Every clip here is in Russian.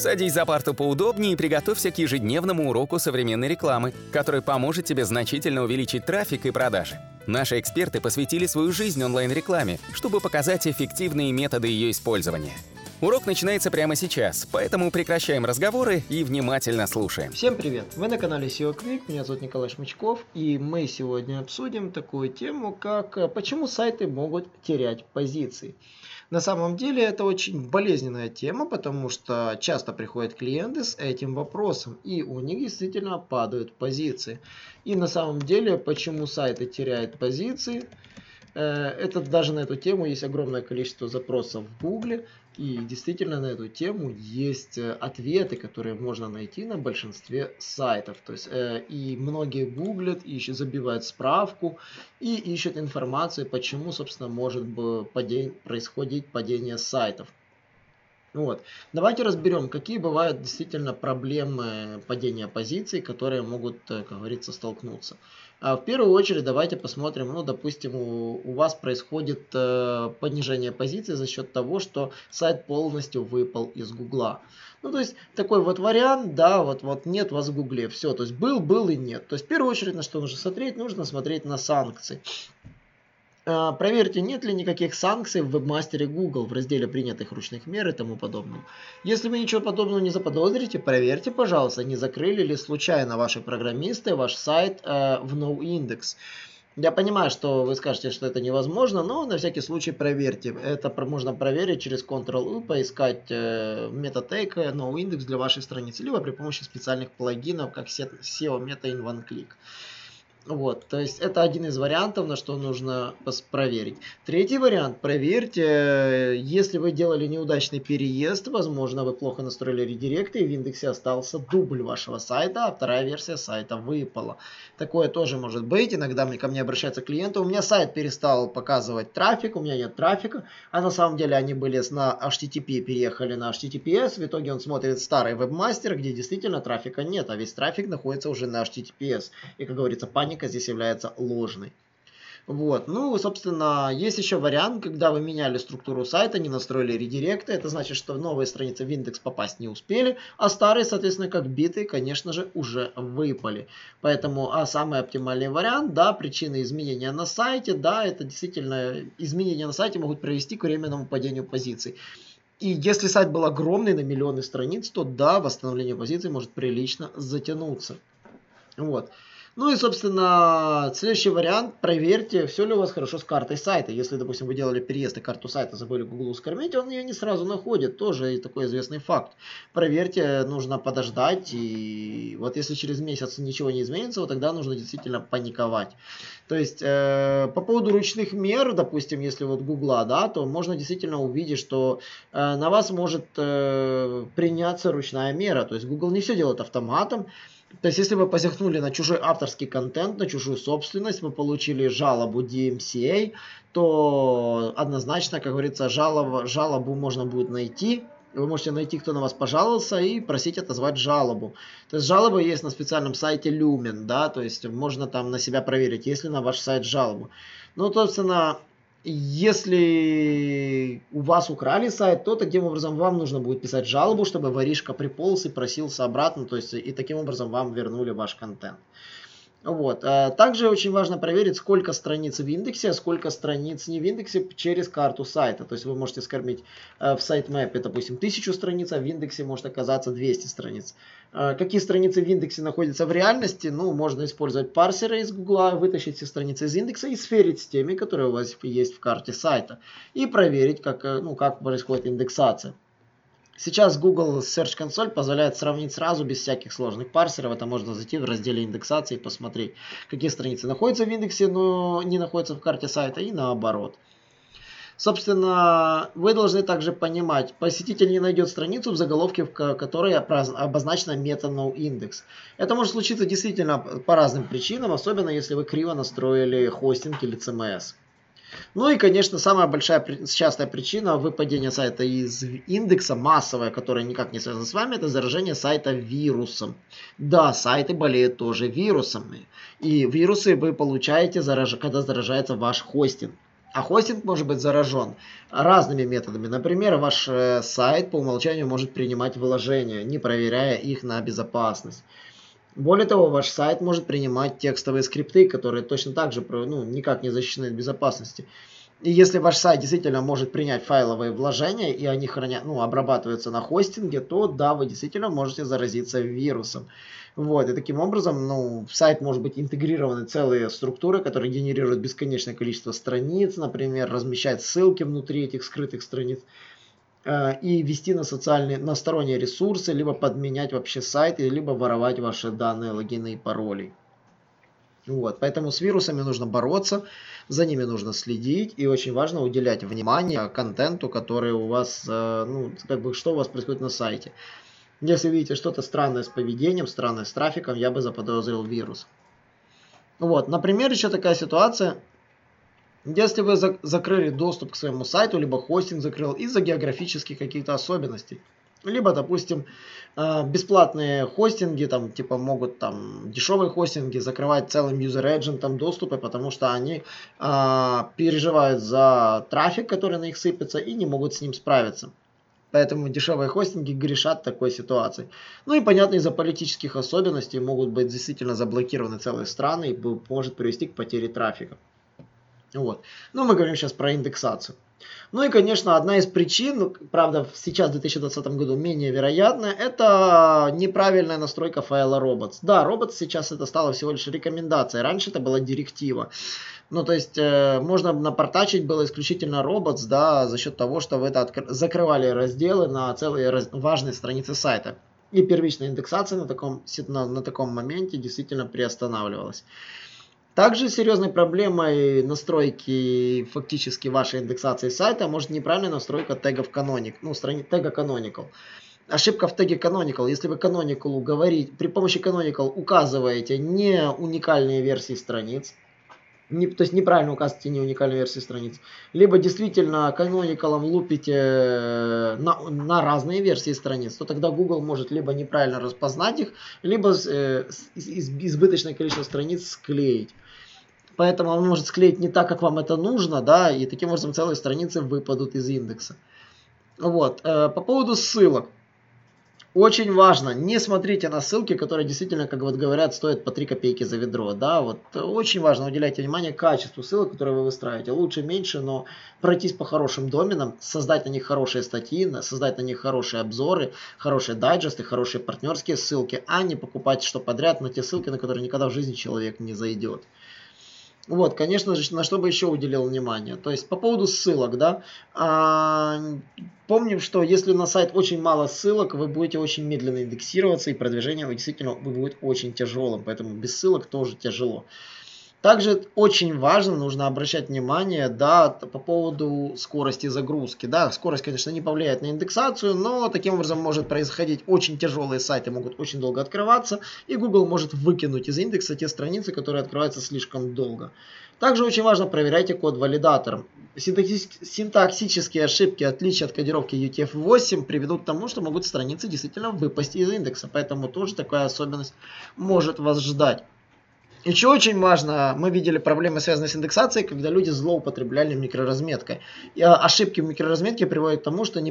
Садись за парту поудобнее и приготовься к ежедневному уроку современной рекламы, который поможет тебе значительно увеличить трафик и продажи. Наши эксперты посвятили свою жизнь онлайн-рекламе, чтобы показать эффективные методы ее использования. Урок начинается прямо сейчас, поэтому прекращаем разговоры и внимательно слушаем. Всем привет! Вы на канале SEO Quick, меня зовут Николай Шмычков, и мы сегодня обсудим такую тему, как почему сайты могут терять позиции. На самом деле это очень болезненная тема, потому что часто приходят клиенты с этим вопросом, и у них действительно падают позиции. И на самом деле, почему сайты теряют позиции, это даже на эту тему есть огромное количество запросов в Гугле, и действительно на эту тему есть ответы, которые можно найти на большинстве сайтов. То есть, и многие гуглят, ищут, забивают справку и ищут информацию, почему, собственно, может происходить падение сайтов. Вот. Давайте разберем, какие бывают действительно проблемы падения позиций, которые могут, как говорится, столкнуться. В первую очередь давайте посмотрим, допустим, у вас происходит понижение позиций за счет того, что сайт полностью выпал из Гугла. То есть такой вот вариант, да, вот нет вас в Гугле, все, то есть был и нет. То есть в первую очередь на что нужно смотреть? Нужно смотреть на санкции. Проверьте, нет ли никаких санкций в вебмастере Google в разделе принятых ручных мер и тому подобное. Если вы ничего подобного не заподозрите, проверьте, пожалуйста, не закрыли ли случайно ваши программисты ваш сайт в NoIndex. Я понимаю, что вы скажете, что это невозможно, но на всякий случай проверьте. Это можно проверить через Ctrl-U, поискать метод take NoIndex для вашей страницы, либо при помощи специальных плагинов, как SEO Meta in One Click. Вот, то есть это один из вариантов, на что нужно проверить. Третий вариант, проверьте, если вы делали неудачный переезд, возможно, вы плохо настроили редиректы, и в индексе остался дубль вашего сайта, а вторая версия сайта выпала. Такое тоже может быть. Иногда ко мне обращаются клиенты, у меня сайт перестал показывать трафик, у меня нет трафика, а на самом деле они были на HTTP, переехали на HTTPS, в итоге он смотрит старый вебмастер, где действительно трафика нет, а весь трафик находится уже на HTTPS. И, как говорится, паника здесь является ложной. Вот. Собственно, есть еще вариант, когда вы меняли структуру сайта, не настроили редиректы. Это значит, что новые страницы в индекс попасть не успели, а старые, соответственно, как битые, конечно же, уже выпали. Поэтому самый оптимальный вариант, да, причины изменения на сайте, да, это действительно изменения на сайте могут привести к временному падению позиций. И если сайт был огромный, на миллионы страниц, то да, восстановление позиций может прилично затянуться. Вот. И, собственно, следующий вариант, проверьте, все ли у вас хорошо с картой сайта. Если, допустим, вы делали переезд и карту сайта забыли Google скормить, он ее не сразу находит, тоже такой известный факт. Проверьте, нужно подождать, и вот если через месяц ничего не изменится, вот тогда нужно действительно паниковать. То есть, по поводу ручных мер, допустим, если вот Гугла, да, то можно действительно увидеть, что на вас может приняться ручная мера. То есть, Google не все делает автоматом. То есть, если вы посягнули на чужой авторский контент, на чужую собственность, вы получили жалобу DMCA, то однозначно, как говорится, жалобу можно будет найти. Вы можете найти, кто на вас пожаловался, и просить отозвать жалобу. То есть, жалоба есть на специальном сайте Lumen, да, то есть, можно там на себя проверить, есть ли на ваш сайт жалобу. Собственно, если у вас украли сайт, то таким образом вам нужно будет писать жалобу, чтобы воришка приполз и просился обратно, то есть и таким образом вам вернули ваш контент. Вот. Также очень важно проверить, сколько страниц в индексе, а сколько страниц не в индексе через карту сайта. То есть вы можете скормить в сайтмэпе, допустим, 1000 страниц, а в индексе может оказаться 200 страниц. Какие страницы в индексе находятся в реальности? Можно использовать парсеры из Гугла, вытащить все страницы из индекса и сверить с теми, которые у вас есть в карте сайта. И проверить, как происходит индексация. Сейчас Google Search Console позволяет сравнить сразу, без всяких сложных парсеров. Это можно зайти в разделе индексации и посмотреть, какие страницы находятся в индексе, но не находятся в карте сайта, и наоборот. Собственно, вы должны также понимать, посетитель не найдет страницу в заголовке, в которой обозначена meta-noindex. Это может случиться действительно по разным причинам, особенно если вы криво настроили хостинг или CMS. И, конечно, самая большая частая причина выпадения сайта из индекса, массовая, которая никак не связана с вами, это заражение сайта вирусом. Да, сайты болеют тоже вирусами. И вирусы вы получаете, когда заражается ваш хостинг. А хостинг может быть заражен разными методами. Например, ваш сайт по умолчанию может принимать вложения, не проверяя их на безопасность. Более того, ваш сайт может принимать текстовые скрипты, которые точно так же никак не защищены от безопасности. И если ваш сайт действительно может принять файловые вложения, и они обрабатываются на хостинге, то да, вы действительно можете заразиться вирусом. Вот, и таким образом, в сайт может быть интегрированы целые структуры, которые генерируют бесконечное количество страниц, например, размещать ссылки внутри этих скрытых страниц, и вести на сторонние ресурсы, либо подменять вообще сайты, либо воровать ваши данные, логины и пароли. Вот, поэтому с вирусами нужно бороться, за ними нужно следить, и очень важно уделять внимание контенту, который у вас, что у вас происходит на сайте. Если видите что-то странное с поведением, странное с трафиком, я бы заподозрил вирус. Вот, например, еще такая ситуация. Если вы закрыли доступ к своему сайту, либо хостинг закрыл из-за географических каких-то особенностей, либо, допустим, бесплатные хостинги, дешевые хостинги закрывать целым юзер-эджентам доступы, потому что они переживают за трафик, который на них сыпется, и не могут с ним справиться. Поэтому дешевые хостинги грешат такой ситуацией. Ну и понятно, из-за политических особенностей могут быть действительно заблокированы целые страны и может привести к потере трафика. Вот. Но мы говорим сейчас про индексацию. Ну и, конечно, одна из причин, правда, сейчас в 2020 году менее вероятная, это неправильная настройка файла robots. Да, robots сейчас это стало всего лишь рекомендацией, раньше это была директива. То есть, можно напортачить было исключительно robots, да, за счет того, что вы закрывали разделы на целые важные страницы сайта. И первичная индексация на таком моменте действительно приостанавливалась. Также серьезной проблемой настройки фактически вашей индексации сайта может неправильная настройка тегов тега canonical. Ошибка в теге canonical. Если вы при помощи canonical указываете не уникальные версии страниц, то есть неправильно указываете не уникальные версии страниц, либо действительно canonical лупите на разные версии страниц, то тогда Google может либо неправильно распознать их, либо избыточное количество страниц склеить. Поэтому он может склеить не так, как вам это нужно, да, и таким образом целые страницы выпадут из индекса. Вот. По поводу ссылок. Очень важно, не смотрите на ссылки, которые действительно, как вот говорят, стоят по 3 копейки за ведро. Да? Вот, очень важно уделяйте внимание качеству ссылок, которые вы выстраиваете. Лучше меньше, но пройтись по хорошим доменам, создать на них хорошие статьи, создать на них хорошие обзоры, хорошие дайджесты, хорошие партнерские ссылки, а не покупать что подряд на те ссылки, на которые никогда в жизни человек не зайдет. Вот, конечно же, на что бы еще уделил внимание. То есть по поводу ссылок, да, помним, что если на сайт очень мало ссылок, вы будете очень медленно индексироваться, и продвижение действительно будет очень тяжелым, поэтому без ссылок тоже тяжело. Также очень важно, нужно обращать внимание, да, по поводу скорости загрузки. Да, скорость, конечно, не повлияет на индексацию, но таким образом может происходить, очень тяжелые сайты могут очень долго открываться, и Google может выкинуть из индекса те страницы, которые открываются слишком долго. Также очень важно проверяйте код валидатором. Синтаксические ошибки, отличия от кодировки UTF-8 приведут к тому, что могут страницы действительно выпасть из индекса, поэтому тоже такая особенность может вас ждать. Еще очень важно, мы видели проблемы, связанные с индексацией, когда люди злоупотребляли микроразметкой. И ошибки в микроразметке приводят к тому, что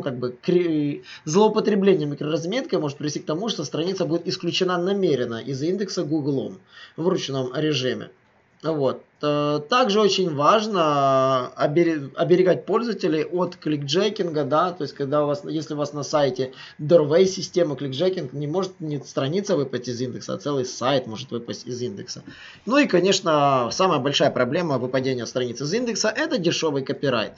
злоупотребление микроразметкой может привести к тому, что страница будет исключена намеренно из индекса Google в ручном режиме. Вот. Также очень важно оберегать пользователей от кликджекинга, да, то есть если у вас на сайте doorway система, кликджекинг не может не страница выпасть из индекса, а целый сайт может выпасть из индекса. Ну и, конечно, самая большая проблема выпадения страницы из индекса – это дешевый копирайт.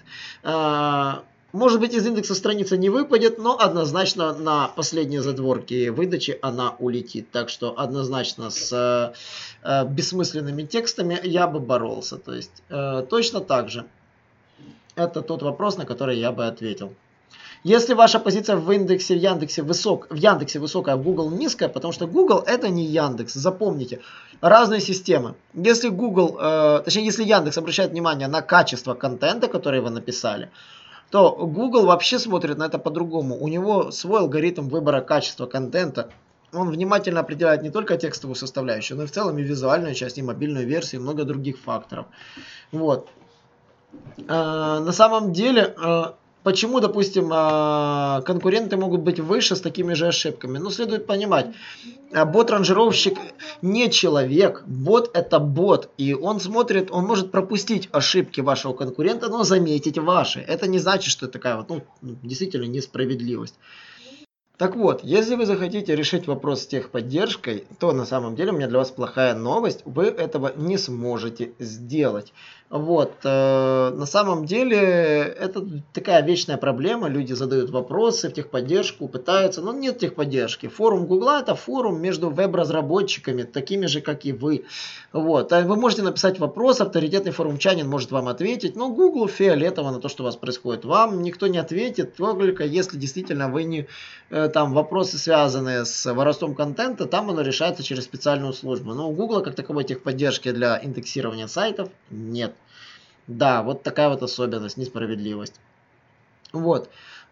Может быть, из индекса страница не выпадет, но однозначно на последние задворки выдачи она улетит. Так что однозначно с бессмысленными текстами я бы боролся. То есть точно так же. Это тот вопрос, на который я бы ответил. Если ваша позиция в Яндексе высокая, а в Google низкая, потому что Google это не Яндекс, запомните, разные системы. Если если Яндекс обращает внимание на качество контента, который вы написали, то Google вообще смотрит на это по-другому. У него свой алгоритм выбора качества контента. Он внимательно определяет не только текстовую составляющую, но и в целом и визуальную часть, и мобильную версию, и много других факторов. Вот. На самом деле, почему, допустим, конкуренты могут быть выше с такими же ошибками? Ну, следует понимать, бот-ранжировщик не человек, бот это бот, и он смотрит, он может пропустить ошибки вашего конкурента, но заметить ваши. Это не значит, что это такая вот, действительно несправедливость. Так вот, если вы захотите решить вопрос с техподдержкой, то на самом деле у меня для вас плохая новость, вы этого не сможете сделать. Вот, на самом деле это такая вечная проблема, люди задают вопросы в техподдержку, пытаются, но нет техподдержки. Форум Гугла это форум между веб-разработчиками, такими же, как и вы. Вот, вы можете написать вопрос, авторитетный форумчанин может вам ответить, но Гуглу фиолетово на то, что у вас происходит. Вам никто не ответит, только если действительно вы не, там вопросы, связанные с воровством контента, там оно решается через специальную службу. Но у Гугла как таковой техподдержки для индексирования сайтов нет. Да, вот такая вот особенность, несправедливость. Вот.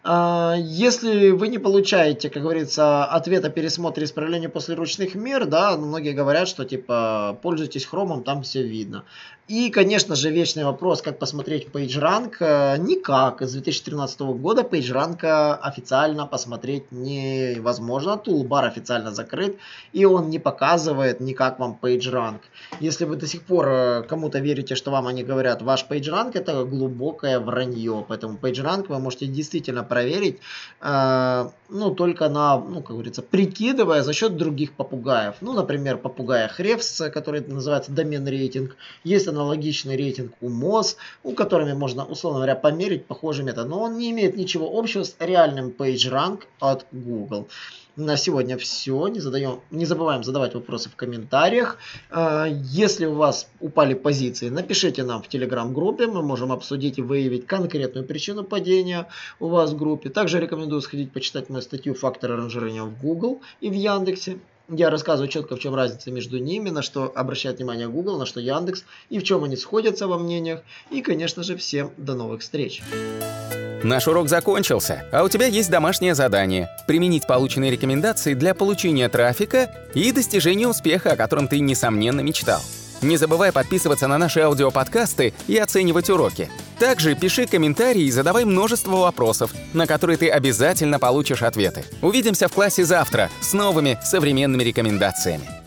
Если вы не получаете, как говорится, ответ о пересмотре исправления после ручных мер, да, многие говорят, что типа пользуйтесь хромом, там все видно. И, конечно же, вечный вопрос, как посмотреть PageRank, никак. С 2013 года PageRank официально посмотреть невозможно. Toolbar официально закрыт, и он не показывает никак вам PageRank. Если вы до сих пор кому-то верите, что вам они говорят, ваш PageRank, это глубокое вранье. Поэтому PageRank вы можете действительно проверить, только на, как говорится, прикидывая за счет других попугаев. Ну, например, попугая Hrefs, который называется домен рейтинг. Есть аналогичный рейтинг у Moz, которыми можно, условно говоря, померить похожий метод. Но он не имеет ничего общего с реальным PageRank от Google. На сегодня все. Не забываем задавать вопросы в комментариях. Если у вас упали позиции, напишите нам в телеграм-группе. Мы можем обсудить и выявить конкретную причину падения у вас в группе. Также рекомендую сходить почитать мою статью «Факторы ранжирования в Google» и в Яндексе. Я рассказываю четко, в чем разница между ними, на что обращает внимание Google, на что Яндекс, и в чем они сходятся во мнениях. И, конечно же, всем до новых встреч! Наш урок закончился, а у тебя есть домашнее задание – применить полученные рекомендации для получения трафика и достижения успеха, о котором ты, несомненно, мечтал. Не забывай подписываться на наши аудиоподкасты и оценивать уроки. Также пиши комментарии и задавай множество вопросов, на которые ты обязательно получишь ответы. Увидимся в классе завтра с новыми современными рекомендациями.